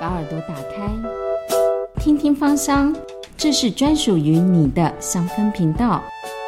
把耳朵打开，听听芳香，这是专属于你的香氛频道。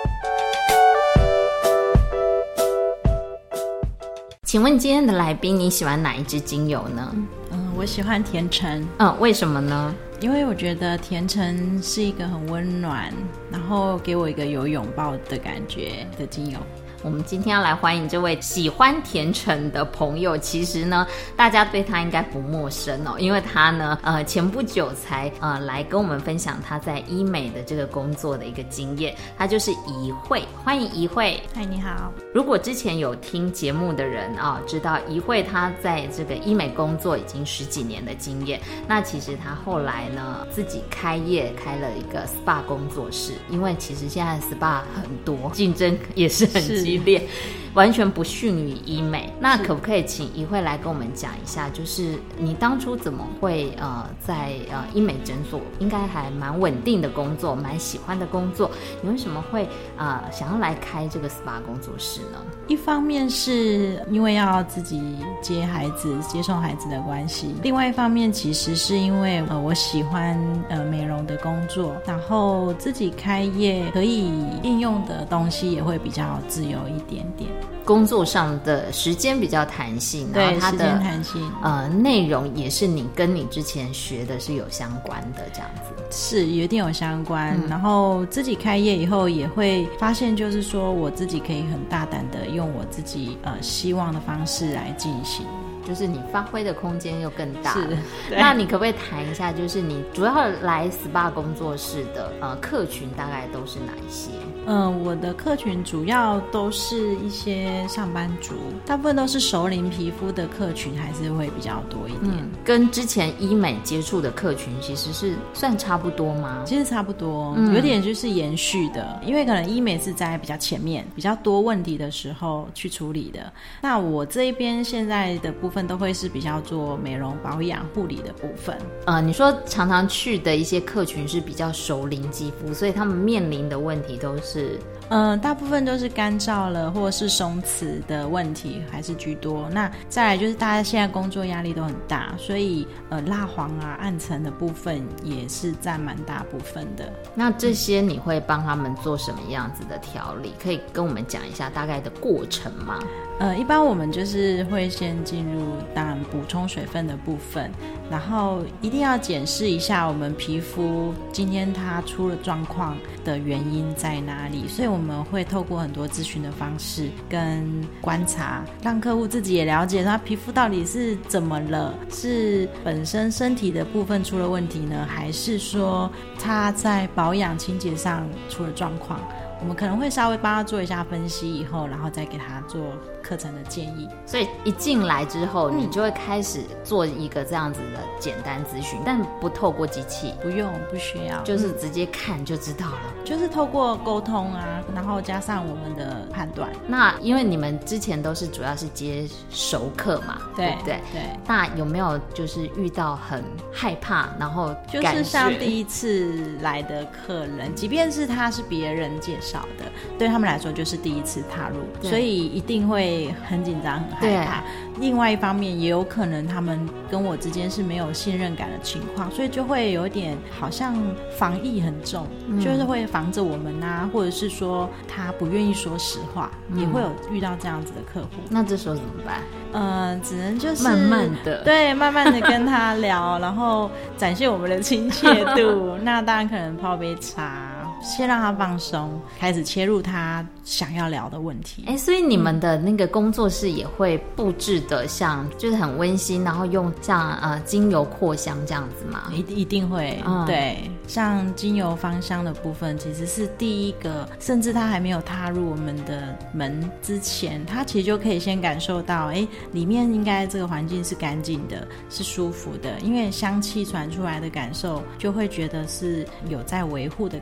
请问今天的来宾，你喜欢哪一支精油呢？ 我喜欢甜橙。 为什么呢？ 因为我觉得甜橙是一个很温暖，然后给我一个有拥抱的感觉的精油。 我们今天要来欢迎这位喜欢甜橙的朋友。其实呢，大家对他应该不陌生哦，因为他呢，前不久才来跟我们分享他在医美的这个工作的一个经验。他就是怡慧，欢迎怡慧。 嗨，你好。 如果之前有听节目的人知道怡慧他在这个医美工作已经10几年的经验。那其实他后来呢，自己开业开了一个 SPA 工作室，因为其实现在 SPA 很多，竞争也是很激烈，完全不逊于医美。那可不可以请怡慧来跟我们讲一下，就是你当初怎么会在医美诊所应该还蛮稳定的工作，蛮喜欢的工作，你为什么会想要来开这个 SPA 工作室呢？ 一方面是因为要自己接孩子接送孩子的关系，另外一方面其实是因为我喜欢美容的工作，然后自己开业可以应用的东西也会比较自由一点点， 工作上的时间比较弹性，然后它的时间弹性内容也是你跟你之前学的是有相关的，这样子是有一定有相关。然后自己开业以后也会发现，就是说我自己可以很大胆的用我自己希望的方式来进行， 就是你发挥的空间又更大了。 是， 那你可不可以谈一下，就是你主要来 SPA 工作室的客群大概都是哪一些？ 我的客群主要都是一些上班族，大部分都是熟龄皮肤的客群还是会比较多一点。 跟之前医美接触的客群其实是算差不多吗？ 其实差不多，有点就是延续的，因为可能医美是在比较前面比较多问题的时候去处理的，那我这一边现在的部分都会是比较做美容保养护理的部分。 你说常常去的一些客群是比较熟龄肌肤，所以他们面临的问题都是大部分都是干燥了或者是松弛的问题还是居多。那再来就是大家现在工作压力都很大，所以蜡黄暗沉的部分也是占蛮大部分的。 那这些你会帮他们做什么样子的调理？可以跟我们讲一下大概的过程吗？ 一般我们就是会先进入当然补充水分的部分，然后一定要检视一下我们皮肤今天它出了状况的原因在哪里，所以我们会透过很多咨询的方式跟观察，让客户自己也了解他皮肤到底是怎么了，是本身身体的部分出了问题呢，还是说他在保养清洁上出了状况。我们可能会稍微帮他做一下分析以后，然后再给他做课程的建议。 所以一进来之后你就会开始做一个这样子的简单咨询，但不透过机器， 不需要， 就是直接看就知道了， 就是透过沟通然后加上我们的判断。 那因为你们之前都是主要是接熟客嘛，对不对？对。那有没有就是遇到很害怕，然后就是像第一次来的客人，即便是他是别人介绍的，对他们来说就是第一次踏入，所以一定会很紧张很害怕。另外一方面也有可能他们跟我之间是没有信任感的情况，所以就会有点好像防疫很重，就是会防着我们或者是说他不愿意说实话，也会有遇到这样子的客户。 那这时候怎么办？ 只能就是慢慢的， 对，慢慢的跟他聊然后展现我们的亲切度那当然可能泡杯茶，先让他放松，开始切入他想要聊的问题。 所以你们的那个工作室也会布置的像就是很温馨，然后用像精油扩香这样子吗？ 一定会，对，像精油芳香的部分其实是第一个，甚至他还没有踏入我们的门之前，他其实就可以先感受到里面应该这个环境是干净的，是舒服的，因为香气传出来的感受就会觉得是有在维护的感觉。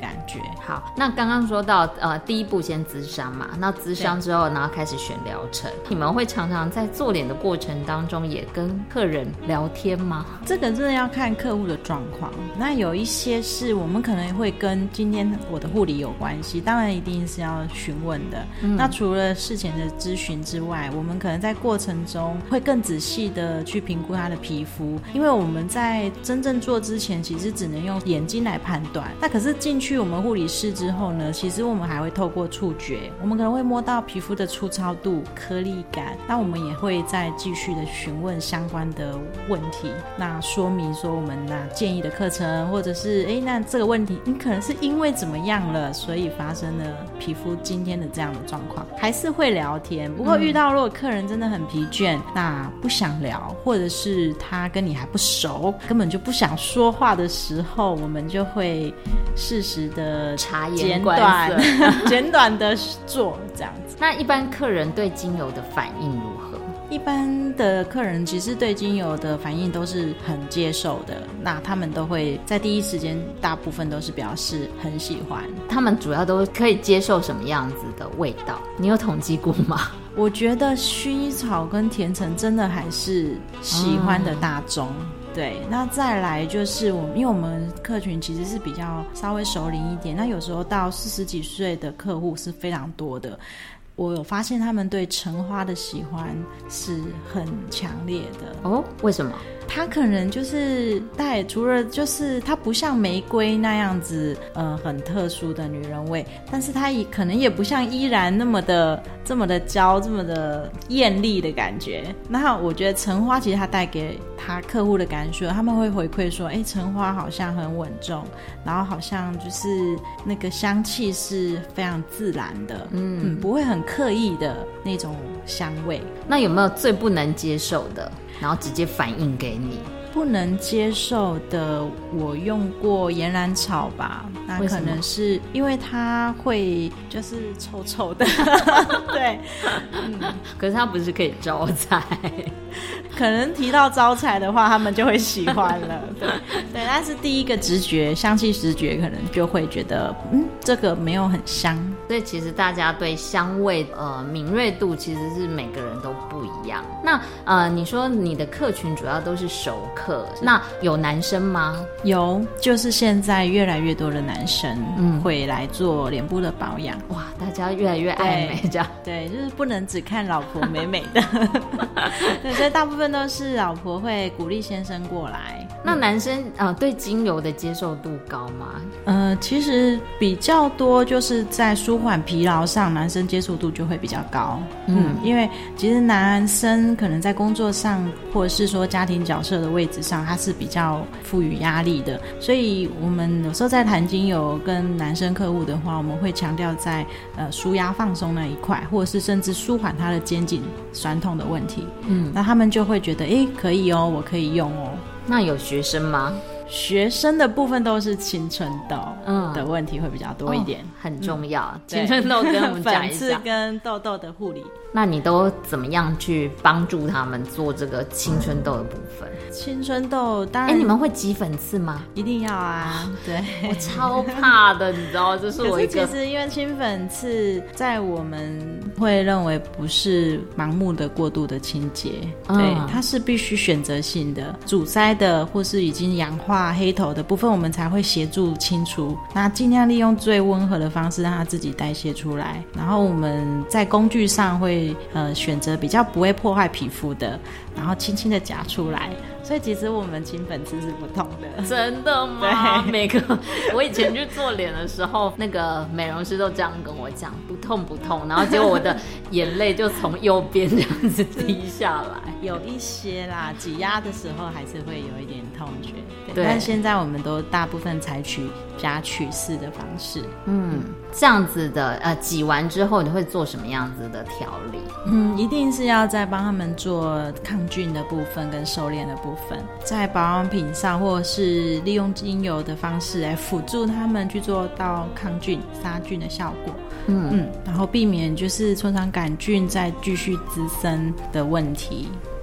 好，那刚刚说到第一步先咨商嘛，那咨商之后然后开始选疗程，你们会常常在做脸的过程当中也跟客人聊天吗？ 这个真的要看客户的状况，那有一些是我们可能会跟今天我的护理有关系，当然一定是要询问的。那除了事前的咨询之外，我们可能在过程中会更仔细的去评估他的皮肤，因为我们在真正做之前其实只能用眼睛来判断，那可是进去我们护理室之后呢，其实我们还会透过触觉，我们可能会摸到皮肤的粗糙度、颗粒感，那我们也会再继续的询问相关的问题，那说明说我们建议的课程，或者是那这个问题你可能是因为怎么样了，所以发生了皮肤今天的这样的状况，还是会聊天。不过遇到如果客人真的很疲倦，那不想聊，或者是他跟你还不熟，根本就不想说话的时候，我们就会适时的察言观色简短的做这样子。 那一般客人对精油的反应如何？ 一般的客人其实对精油的反应都是很接受的，那他们都会在第一时间大部分都是表示很喜欢。 他们主要都可以接受什么样子的味道？你有统计过吗？ 我觉得薰衣草跟甜橙真的还是喜欢的大众。对，那再来就是因为我们客群其实是比较稍微熟龄一点，那有时候到40几岁的客户是非常多的，我有发现他们对橙花的喜欢是很强烈的。 哦，为什么？ 它可能就是除了就是它不像玫瑰那样子很特殊的女人味，但是它也可能也不像依然这么的娇，这么的艳丽的感觉。那我觉得橙花其实它带给他客户的感受，他们会回馈说橙花好像很稳重，然后好像就是那个香气是非常自然的，不会很刻意的那种香味。 那有没有最不能接受的，然后直接反映给你？ 不能接受的，我用过岩兰草吧，那可能是因为它会就是臭臭的对， 可是它不是可以招财可能提到招财的话他们就会喜欢了对，但是第一个直觉，香气直觉可能就会觉得这个没有很香。 所以其实大家对香味敏锐度其实是每个人都不一样。那你说你的客群主要都是熟客，那有男生吗？ 有，就是现在越来越多的男生会来做脸部的保养。 哇，大家越来越爱美这样。 对，就是不能只看老婆美美的对，所以大部分都是老婆会鼓励先生过来。 那男生对精油的接受度高吗？ 其实比较多就是在舒缓疲劳上，男生接受度就会比较高。因为其实男生可能在工作上或者是说家庭角色的位置上，他是比较赋予压力的，所以我们有时候在谈精油跟男生客户的话，我们会强调在舒压放松那一块，或者是甚至舒缓他的肩颈酸痛的问题。那他们就会觉得可以哦，我可以用哦。 那有学生吗？ 学生的部分都是青春痘的问题会比较多一点， 很重要。青春痘跟我们讲一下， 粉刺跟痘痘的护理。 那你都怎么样去帮助他们做这个青春痘的部分？ 青春痘当然， 你们会挤粉刺吗？ 一定要啊，对， 我超怕的，你知道，这是我一个。 可是其实因为清粉刺，在我们会认为不是盲目的过度的清洁，对，它是必须选择性的，阻塞的或是已经氧化黑头的部分，我们才会协助清除。那尽量利用最温和的方式让它自己代谢出来，然后我们在工具上会选择比较不会破坏皮肤的，然后轻轻的夹出来。所以其实我们清粉刺是不痛的。 真的吗？每个我以前去做脸的时候，那个美容师都这样跟我讲，不痛不痛，然后结果我的眼泪就从右边这样子滴下来。 有一些啦，挤压的时候还是会有一点痛觉， 对， 但现在我们都大部分采取夹取式的方式。 这样子的挤完之后你会做什么样子的调理？ 一定是要再帮他们做抗菌的部分跟收敛的部分，在保养品上或者是利用精油的方式来辅助他们去做到抗菌杀菌的效果。然后避免就是创伤杆菌再继续滋生的问题。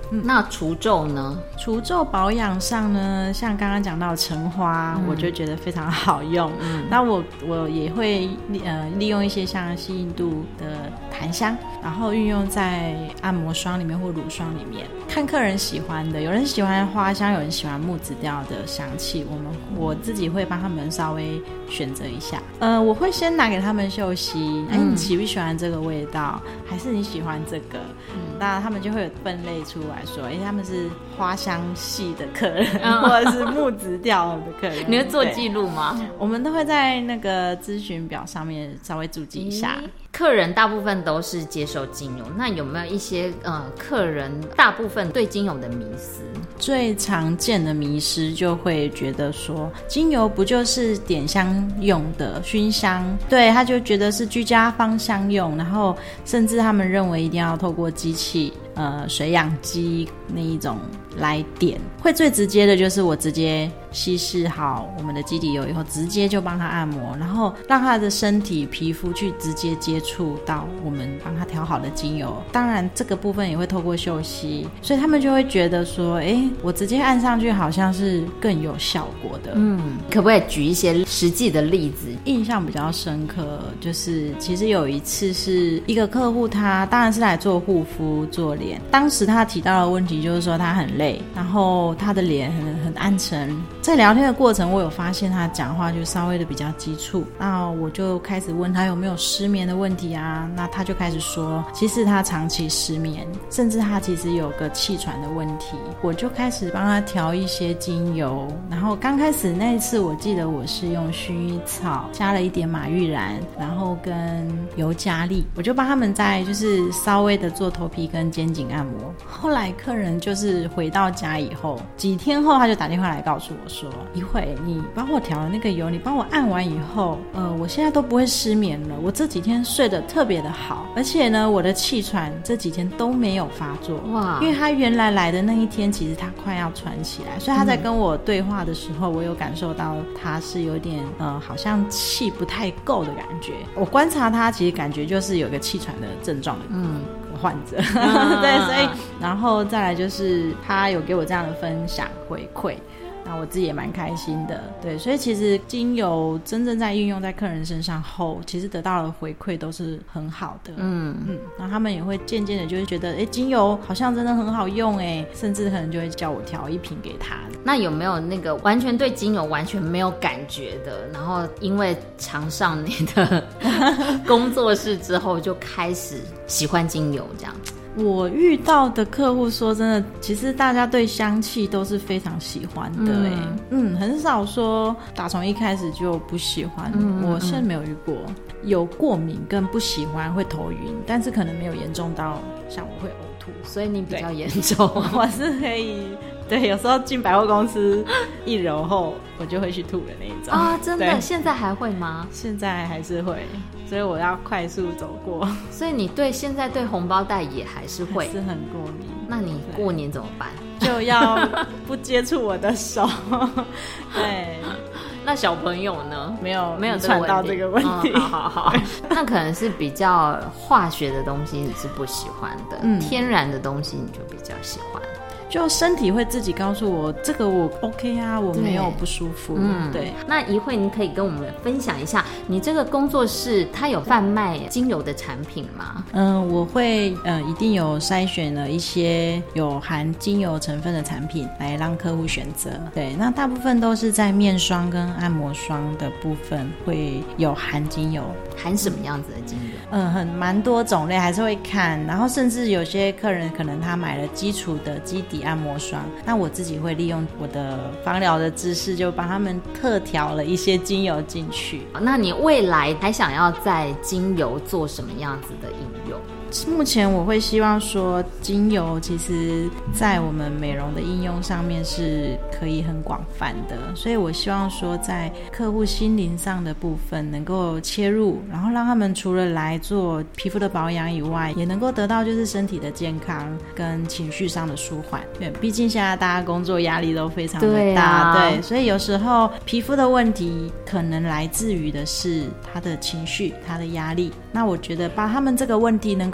那除皱呢？ 除皱保养上呢，像刚刚讲到橙花，我就觉得非常好用。那我也会利用一些像细印度的檀香，然后运用在按摩霜里面或乳霜里面，看客人喜欢的。有人喜欢花香，有人喜欢木质调的香气，我自己会帮他们稍微选择一下。我会先拿给他们嗅息，你喜不喜欢这个味道，还是你喜欢这个？那他们就会有分类出来说，他们是花香系的客人，或者是木质调的客人。 你会做记录吗？ 我们都会在那个咨询表上面稍微注记一下。 客人大部分都是接受精油，那有没有一些客人大部分对精油的迷思？ 最常见的迷思就会觉得说，精油不就是点香用的熏香？对，他就觉得是居家芳香用，然后甚至他们认为一定要透过机器水养机那一种来点。会最直接的就是我直接稀释好我们的基底油以后，直接就帮他按摩，然后让他的身体皮肤去直接接触到我们帮他调好的精油。当然这个部分也会透过嗅吸，所以他们就会觉得说，我直接按上去好像是更有效果的。 可不可以举一些实际的例子？ 印象比较深刻就是其实有一次是一个客户，他当然是来做护肤做脸，当时他提到的问题就是说他很累，然后他的脸很暗沉。在聊天的过程，我有发现他讲话就稍微的比较急促，那我就开始问他有没有失眠的问题啊，那他就开始说其实他长期失眠，甚至他其实有个气喘的问题。我就开始帮他调一些精油，然后刚开始那一次我记得我是用薰衣草加了一点马玉兰，然后跟尤加利，我就帮他们在就是稍微的做头皮跟肩颈按摩。后来客人就是回到家以后几天后，他就打电话来告诉我说，一会你帮我调了那个油，你帮我按完以后我现在都不会失眠了，我这几天睡得特别的好，而且呢我的气喘这几天都没有发作。哇！因为他原来的那一天其实他快要喘起来，所以他在跟我对话的时候，我有感受到他是有点好像气不太够的感觉。我观察他其实感觉就是有个气喘的症状的患者。对，所以然后再来就是他有给我这样的分享回馈，那我自己也蛮开心的。对，所以其实精油真正在运用在客人身上后，其实得到的回馈都是很好的。然后他们也会渐渐的就会觉得精油好像真的很好用甚至可能就会叫我调一瓶给他。 那有没有那个完全对精油完全没有感觉的，然后因为常上你的工作室之后就开始喜欢精油这样？ 我遇到的客户说真的，其实大家对香气都是非常喜欢的很少说打从一开始就不喜欢。我现在没有遇过。有过敏跟不喜欢会头晕，但是可能没有严重到像我会呕吐， 所以你比较严重。 我是可以，对，有时候进百货公司一揉后我就会去吐的那一种啊。真的？现在还会吗？ 现在还是会，所以我要快速走过。 所以你现在对红包袋也还是会？ 还是很过敏。 那你过年怎么办？ 就要不接触我的手。对。 那小朋友呢？没有传到这个问题。 好，那可能是比较化学的东西你是不喜欢的，天然的东西你就比较喜欢。 就身体会自己告诉我这个我 OK 啊，我没有不舒服。对。 那一会你可以跟我们分享一下，你这个工作室它有贩卖精油的产品吗？ 我会一定有筛选了一些有含精油成分的产品来让客户选择。对，那大部分都是在面霜跟按摩霜的部分会有含精油。 含什么样子的精油？ 蛮多种类，还是会看，然后甚至有些客人可能他买了基础的基底按摩霜，那我自己会利用我的芳疗的知识，就帮他们特调了一些精油进去。 那你未来还想要在精油做什么样子的应用？ 目前我会希望说，精油其实在我们美容的应用上面是可以很广泛的，所以我希望说在客户心灵上的部分能够切入，然后让他们除了来做皮肤的保养以外，也能够得到就是身体的健康跟情绪上的舒缓。对，毕竟现在大家工作压力都非常的大。对，所以有时候皮肤的问题可能来自于的是他的情绪，他的压力。那我觉得把他们这个问题能够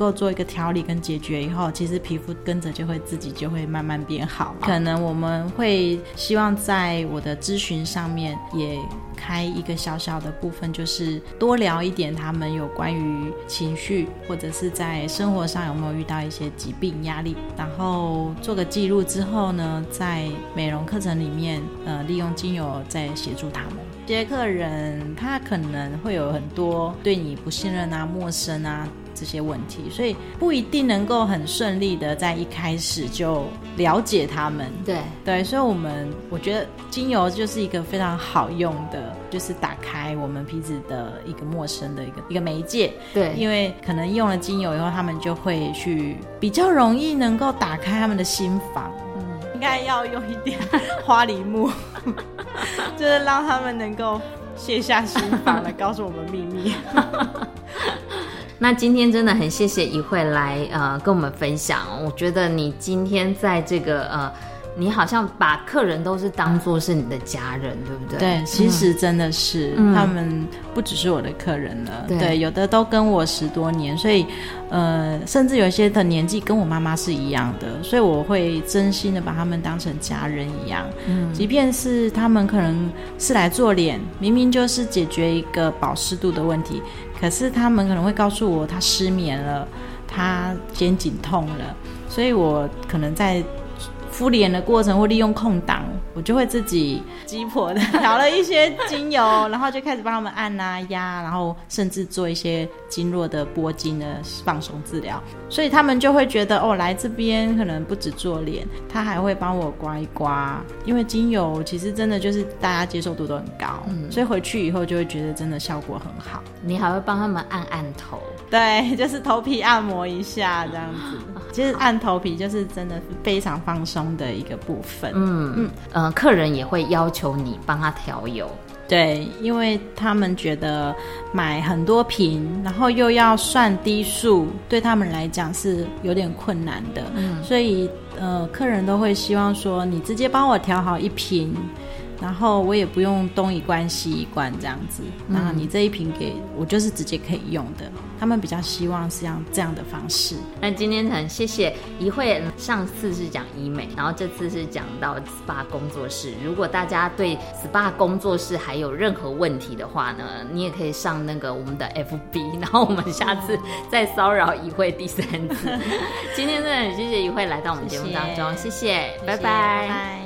够做一个调理跟解决以后，其实皮肤跟着自己就会慢慢变好。可能我们会希望在我的咨询上面也开一个小小的部分，就是多聊一点他们有关于情绪或者是在生活上有没有遇到一些疾病压力，然后做个记录之后呢，在美容课程里面利用精油再协助他们。这些客人他可能会有很多对你不信任啊、陌生啊这些问题，所以不一定能够很顺利的在一开始就了解他们。对，所以我觉得精油就是一个非常好用的，就是打开我们彼此的一个陌生的一个媒介。 对， 因为可能用了精油以后，他们就会去比较容易能够打开他们的心房。应该要用一点花梨木就是让他们能够卸下心防来告诉我们秘密那今天真的很谢谢怡慧来跟我们分享。我觉得你今天在这个你好像把客人都是当作是你的家人，对不对？ 对，其实真的是、他们不只是我的客人了，对，有的都跟我10多年，所以甚至有些的年纪跟我妈妈是一样的，所以我会真心的把他们当成家人一样。即便是他们可能是来做脸，明明就是解决一个保湿度的问题，可是他们可能会告诉我他失眠了，他肩颈痛了，所以我可能在敷脸的过程或利用空档，我就会自己鸡婆的调了一些精油然后就开始帮他们按啊压，然后甚至做一些经络的拨筋的放松治疗，所以他们就会觉得来这边可能不止做脸，他还会帮我刮一刮，因为精油其实真的就是大家接受度都很高，所以回去以后就会觉得真的效果很好。 你还会帮他们按头？ 对，就是头皮按摩一下这样子其实按头皮就是真的非常放松的一个部分。 客人也会要求你帮他调油。 对，因为他们觉得买很多瓶然后又要算滴数，对他们来讲是有点困难的。所以客人都会希望说你直接帮我调好一瓶，然后我也不用东一罐西一罐这样子，那你这一瓶给我就是直接可以用的，他们比较希望是这样的方式。 那今天很谢谢怡慧，上次是讲医美，然后这次是讲到 SPA 工作室。如果大家对 SPA 工作室还有任何问题的话呢，你也可以上那个我们的 FB， 然后我们下次再骚扰怡慧第3次今天真的很谢谢怡慧来到我们节目当中，谢谢，拜拜。